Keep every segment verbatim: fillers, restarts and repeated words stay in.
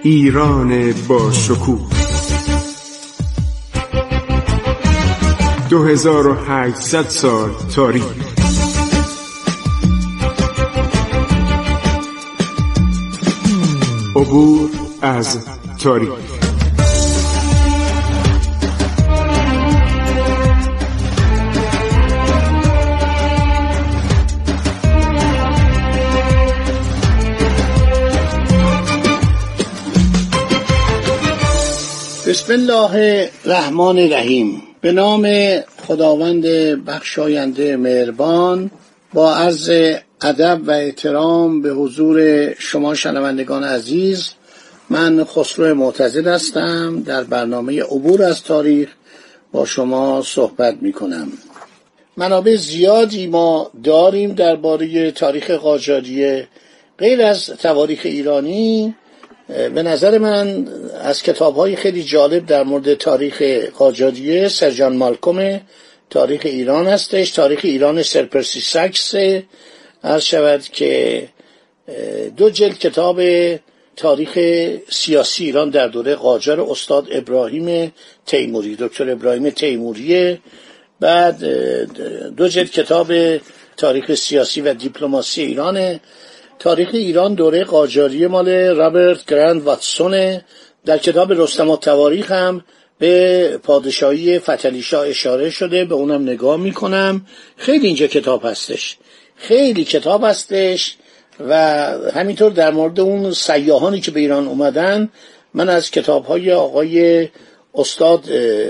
ایران با شکوه دو هزار و هشتصد سال تاریخ. عبور از تاریخ. بسم الله الرحمن الرحیم. به نام خداوند بخشاینده مهربان، با عرض ادب و احترام به حضور شما شنوندگان عزیز، من خسرو معتزد هستم. در برنامه عبور از تاریخ با شما صحبت می کنم. منابع زیادی ما داریم درباره تاریخ قاجاریه. غیر از تواریخ ایرانی، به نظر من از کتاب‌های خیلی جالب در مورد تاریخ قاجاریه سر جان مالکوم تاریخ ایران هستش. تاریخ ایران سر پرسی ساکس عرض شود که دو جلد کتاب تاریخ سیاسی ایران در دوره قاجار استاد ابراهیم تیموری، دکتر ابراهیم تیموری. بعد دو جلد کتاب تاریخ سیاسی و دیپلماسی ایران. تاریخ ایران دوره قاجاریه مال رابرت گرند واتسون. در کتاب رستم التواریخ هم به پادشاهی فتحعلی شاه اشاره شده، به اونم نگاه میکنم. خیلی اینجا کتاب هستش، خیلی کتاب هستش. و همینطور در مورد اون سیاحانی که به ایران اومدن، من از کتاب‌های آقای استاد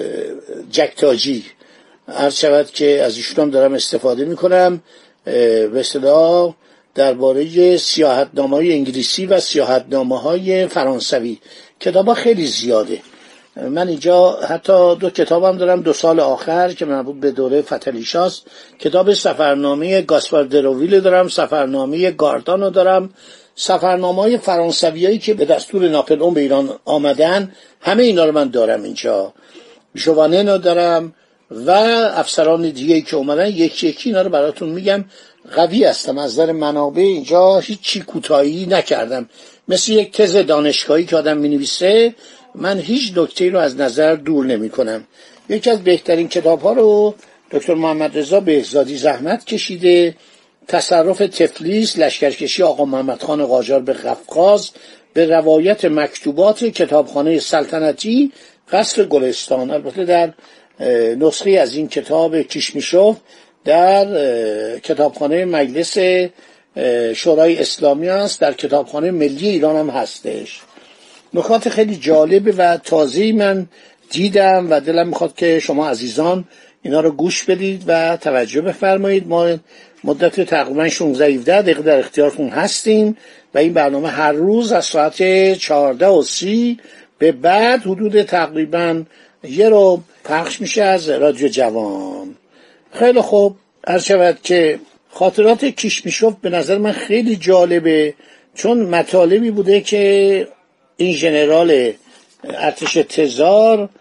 جکتاجی عرض شود که از ایشون هم دارم استفاده میکنم. به اصطلاح درباره سیاحتنامه‌های انگلیسی و سیاحتنامه‌های فرانسوی کتاب‌ها خیلی زیاده. من اینجا حتی دو کتابم دارم، دو سال آخر که مربوط به دوره فتحعلی شاه است. کتاب سفرنامه گاسپار درویل دارم، سفرنامه گاردانو دارم، سفرنامه‌های فرانسویایی که به دستور ناپلئون به ایران آمدن، همه اینا رو من دارم اینجا. ژواننو دارم و افسران دیگه‌ای که اومدن، یکی یکی اینا رو براتون میگم. قوی هستم از نظر منابع، اینجا هیچی کوتاهی نکردم. مثل یک تز دانشگاهی که آدم می‌نویسه، من هیچ نکته‌ای رو از نظر دور نمی‌کنم. یکی از بهترین کتاب‌ها رو دکتر محمد رضا بهزادی زحمت کشیده، تصرف تفلیس، لشکرکشی آقا محمد خان قاجار به قفقاز، به روایت مکتوبات کتابخانه سلطنتی قصر گلستان. البته در نسخه از این کتاب کیشمیشوف در کتابخانه مجلس شورای اسلامی است، در کتابخانه ملی ایران هم هستش. نکات خیلی جالب و تازه‌ای من دیدم و دلم میخواد که شما عزیزان اینا رو گوش بدید و توجه بفرمایید. ما مدت تقریبا شانزده هفده دقیقه در اختیارتون هستیم و این برنامه هر روز از ساعت چهارده و سی به بعد حدود تقریبا یه رو پخش میشه از رادیو جوان. خیلی خوب، عرض شود که خاطرات کیشمیشوف به نظر من خیلی جالبه، چون مطالبی بوده که این ژنرال ارتش تزار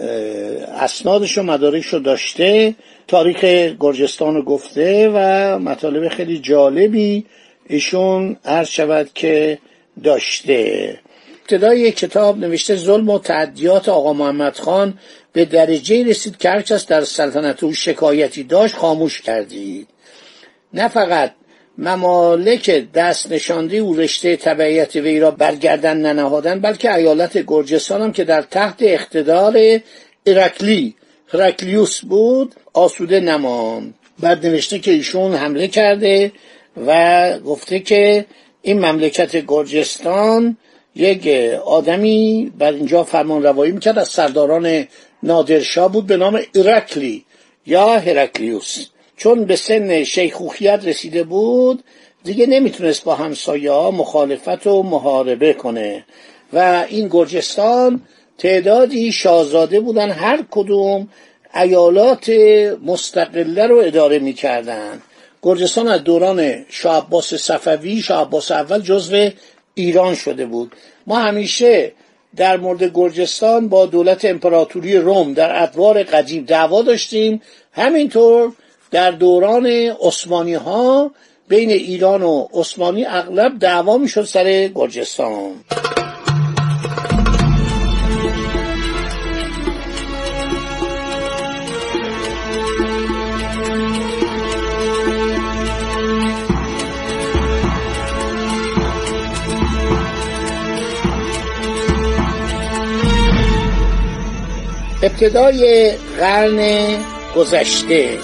اسنادش و مدارکش رو داشته، تاریخ گرجستان رو گفته و مطالب خیلی جالبی ایشون عرض شود که داشته. ابتدای یک کتاب نوشته ظلم و تعدیات آقا محمد خان به درجه رسید که هر کس در سلطنت او شکایتی داشت خاموش کردید. نه فقط ممالک دست نشانده او رشته تبعیت وی را برگردن ننهادن، بلکه ایالت گرجستان هم که در تحت اقتدار هرکلی هرکلیوس بود آسوده نماند. بعد نوشته که ایشون حمله کرده و گفته که این مملکت گرجستان یک آدمی بر اینجا فرمان روایی میکرد از سرداران نادرشاه بود به نام هرکلی یا هرکلیوس. چون به سن شیخوخیت رسیده بود دیگه نمیتونست با همسایه ها مخالفت و محاربه کنه و این گرجستان تعدادی شاهزاده بودن، هر کدوم ایالات مستقله رو اداره میکردن. گرجستان از دوران شاه عباس صفوی، شاه عباس اول، جزو ایران شده بود. ما همیشه در مورد گرجستان با دولت امپراتوری روم در ادوار قدیم دعوا داشتیم. همینطور در دوران عثمانی ها بین ایران و عثمانی اغلب دعوا میشد سر گرجستان. ابتدای قرن گذشته،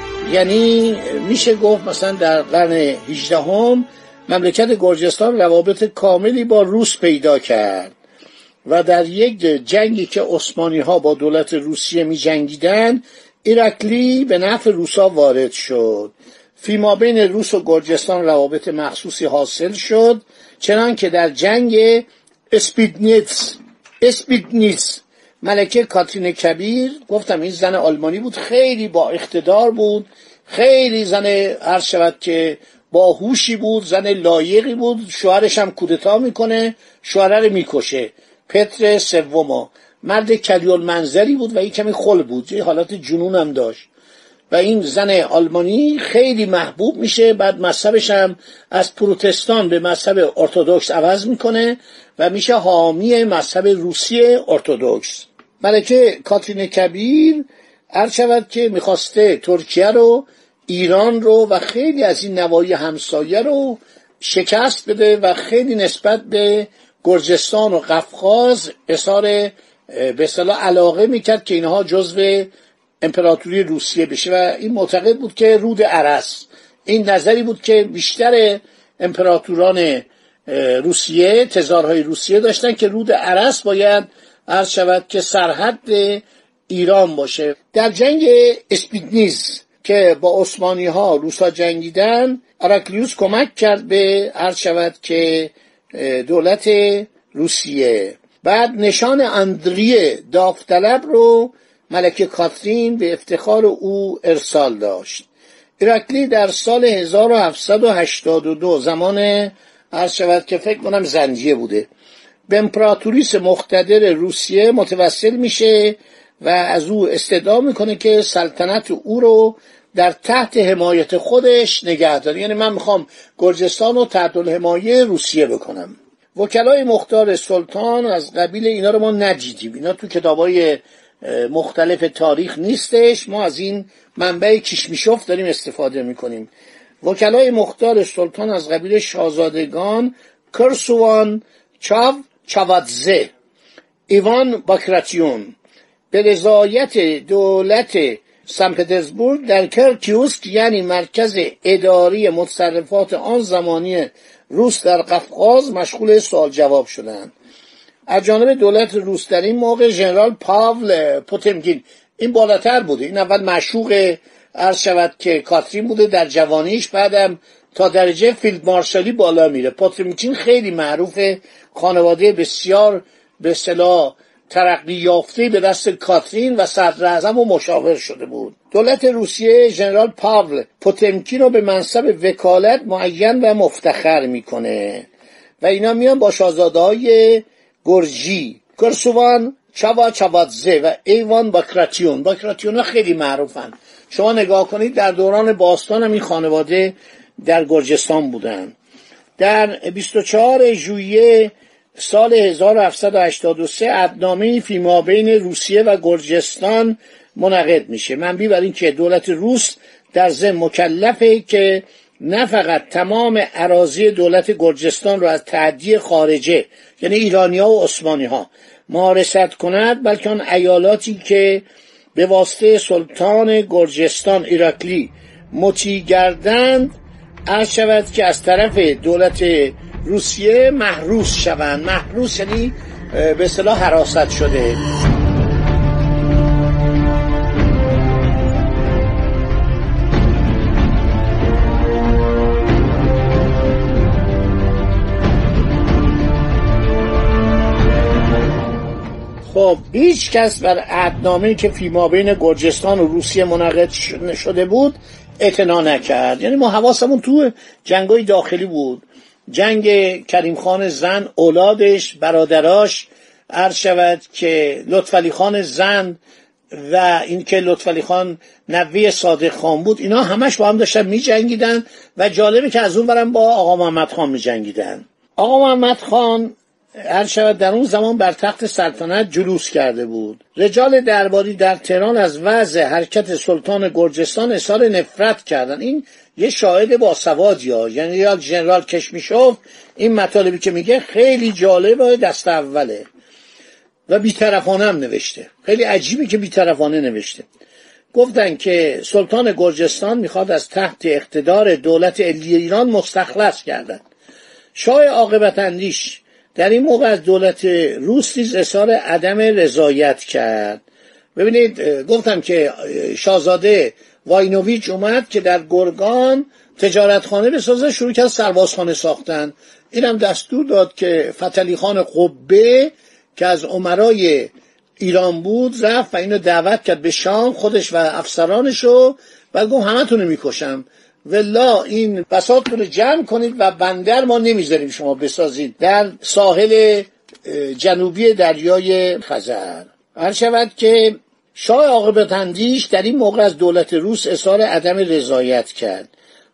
یعنی میشه گفت مثلا در قرن هجدهم مملکت گرجستان روابط کاملی با روس پیدا کرد و در یک جنگی که عثمانی ها با دولت روسیه می جنگیدن، ایرکلی به نفع روسا وارد شد. فیما بین روس و گرجستان روابط مخصوصی حاصل شد، چنان که در جنگ اسپیدنیتس اسپیدنیتس ملکه کاترین کبیر، گفتم این زن آلمانی بود، خیلی با اقتدار بود، خیلی زن عرض شود که باهوشی بود، زن لایقی بود. شوهرش هم کودتا میکنه، شوهر رو میکشه. پتر سوم مرد کلیل منظری بود و این کمی خل بود، یه حالت جنون هم داشت و این زن آلمانی خیلی محبوب میشه. بعد مذهبش هم از پروتستان به مذهب ارتدوکس عوض میکنه و میشه حامی مذهب روسی ارتدوکس. ملکه کاترین کبیر عرض شود که میخواسته ترکیه رو، ایران رو و خیلی از این نواحی همسایه رو شکست بده و خیلی نسبت به گرجستان و قفقاز اظهار به اصطلاح علاقه میکرد که اینها جزو امپراتوری روسیه بشه و این معتقد بود که رود ارس، این نظری بود که بیشتر امپراتوران روسیه، تزارهای روسیه داشتن که رود ارس باید عرض شود که سرحد ایران باشه. در جنگ اسپیدنیز که با عثمانی ها روسا جنگیدن، اراکلیوس کمک کرد به عرض شود که دولت روسیه. بعد نشان اندریه داوطلب رو ملکه کاترین به افتخار او ارسال داشت. ایرکلی در سال هزار و هفتصد و هشتاد و دو زمان عرض شود که فکر کنم زندیه بوده، به امپراتوریس مقتدر روسیه متوسل میشه و از او استدعا میکنه که سلطنت او رو در تحت حمایت خودش نگه داره. یعنی من میخوام گرجستان رو تحت الحمایه روسیه بکنم. وکلای مختار سلطان از قبیل اینا رو ما ندیدیم، اینا تو کتابای مختلف تاریخ نیستش، ما از این منبع کیشمیشوف داریم استفاده میکنیم. وکلای مختار سلطان از قبیل شاهزادگان کرسوان چاو چاوادزه، ایوان باکراتیون به رضایت دولت سن پترزبورگ در کرکیوسک، یعنی مرکز اداری متصرفات آن زمانی روس در قفقاز، مشغول سوال جواب شدند. از جانب دولت روس در این موقع ژنرال پاول پوتمکین، این بالاتر بوده، این اول معشوق عرض شود که کاترین بوده در جوانیش، بعدم تا درجه فیلد مارشالی بالا میره. پوتمکین خیلی معروفه، خانواده بسیار به اصطلاح ترقی یافته به دست کاترین و صدر اعظم و مشاور شده بود. دولت روسیه ژنرال پاول پوتمکین رو به منصب وکالت معین و مفتخر میکنه و اینا میان با شاهزاده‌های گرجی کرسوان چاوا چاوادزه و ایوان باکراتیون. باکراتیون ها خیلی معروفن، شما نگاه کنید در دوران باستان هم این خانواده در گرجستان بودن. در بیست و چهارم ژوئیه سال هزار و هفتصد و هشتاد و سه عهدنامه‌ای فیما بین روسیه و گرجستان منعقد میشه. منبی بر این که دولت روس در ضمن مکلفه که نه فقط تمام اراضی دولت گرجستان رو از تعدی خارجه، یعنی ایرانی‌ها و عثمانی‌ها، ممارست کند، بلکه آن ایالاتی که به واسطه سلطان گرجستان ایرکلی مطیع گردند عرض شود که از طرف دولت روسیه محروس شوند. محروس یعنی به اصطلاح حراست شده. خب هیچ کس بر عهدنامه‌ای که فیما بین گرجستان و روسیه منعقد شده بود اعتنا نکرد. یعنی ما حواسمون تو جنگای داخلی بود، جنگ کریم خان زند، اولادش، برادراش، عرض شود که لطفعلی خان زند و این که لطفعلی خان نوه صادق خان بود، اینا همش با هم داشتن می جنگیدن و جالبه که از اون برم با آقا محمد خان می جنگیدن. آقا محمد خان هر شود در اون زمان بر تخت سلطنت جلوس کرده بود. رجال درباری در تهران از وضع حرکت سلطان گرجستان اظهار نفرت کردن. این یه شاهد باسوادی ها، یعنی یا ژنرال کشمیشوف این مطالبی که میگه خیلی جالب و دست اوله. و بی‌طرفانه هم نوشته. خیلی عجیبه که بی‌طرفانه نوشته. گفتن که سلطان گرجستان میخواد از تحت اقتدار دولت علی ایران مستخلص گردد. شاه عاقبت اندیش در این موقع از دولت روس نیز اظهار عدم رضایت کرد. ببینید گفتم که شاهزاده واینوویچ اومد که در گرگان تجارتخانه بسازه، شروع کرد سربازخانه ساختن. اینم دستور داد که فتحعلی خان قبه که از امرای ایران بود رفت و اینو دعوت کرد به شام، خودش و افسرانشو، و گفت همتون رو میکشم، والله این بساطتون رو جمع کنید و بندر ما نمیذاریم شما بسازید در ساحل جنوبی دریای خزر. هر شود که شاه عاقبت اندیش در این موقع از دولت روس اظهار عدم رضایت کرد.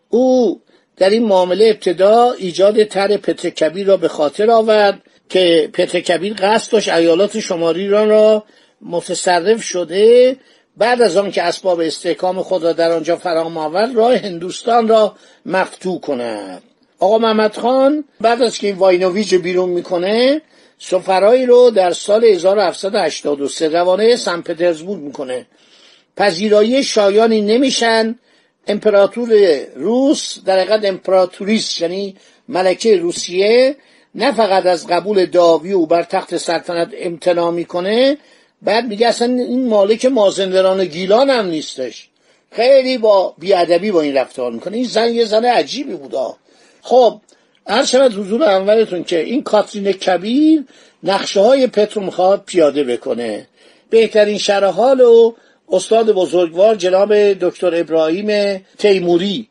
او در این معامله ابتدا ایجاد طرح پتر کبیر را به خاطر آورد که پتر کبیر قصد داشت ایالات شمالی ایران را متصرف شده، بعد از آن که اسباب استحکام خود را در آنجا فراهم آورد راه هندوستان را مفتوح کند. آقا محمد خان بعد از که این واینوویچ بیرون میکنه سفرایی رو در سال هزار و هفتصد و هشتاد و سه روانه سن پترزبورگ میکنه. پذیرایی شایانی نمیشن. امپراتور روس در حقیقت امپراتوریس یعنی ملکه روسیه نه فقط از قبول دعاوی او بر تخت سلطنت امتناع میکنه، بعد میگه اصلا این مالک مازندران گیلان هم نیستش. خیلی با بیادبی با این رفتار میکنه. این زن یه زن عجیبی بودا. خب عرض شود حضور اولتون که این کاترین کبیر نقشه های پتر میخواد پیاده بکنه. بهترین شرح حال و استاد بزرگوار جناب دکتر ابراهیم تیموری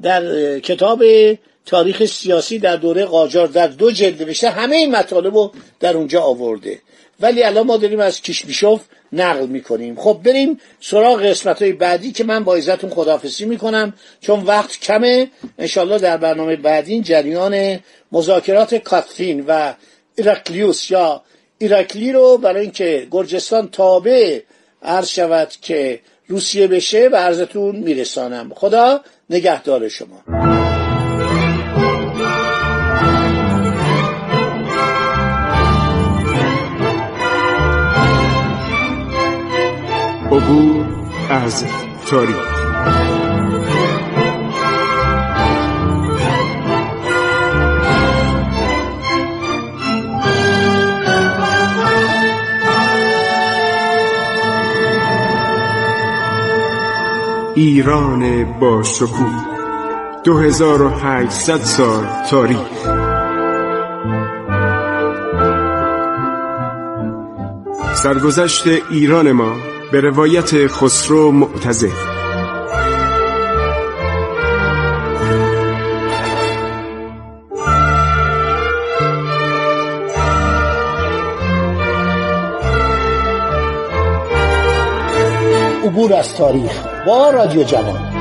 در کتاب تاریخ سیاسی در دوره قاجار در دو جلد نوشته، همه این مطالب رو در اونجا آورده، ولی الان ما داریم از کیشمیشوف نقل میکنیم. خب بریم سراغ قسمت‌های بعدی که من با عزتون خداحافظی میکنم چون وقت کمه. انشالله در برنامه بعدی جریان مذاکرات کاترین و ایراکلیوس یا ایراکلی رو برای اینکه گرجستان تابع عرض شود که روسیه بشه به عرضتون میرسانم. خدا نگهدار شما. عبور از تاریخ. ایران با شکوه، دو هزار و هشتصد سال تاریخ. سرگذشت ایران ما به روایت خسرو معتزد. عبور از تاریخ با رادیو جوان.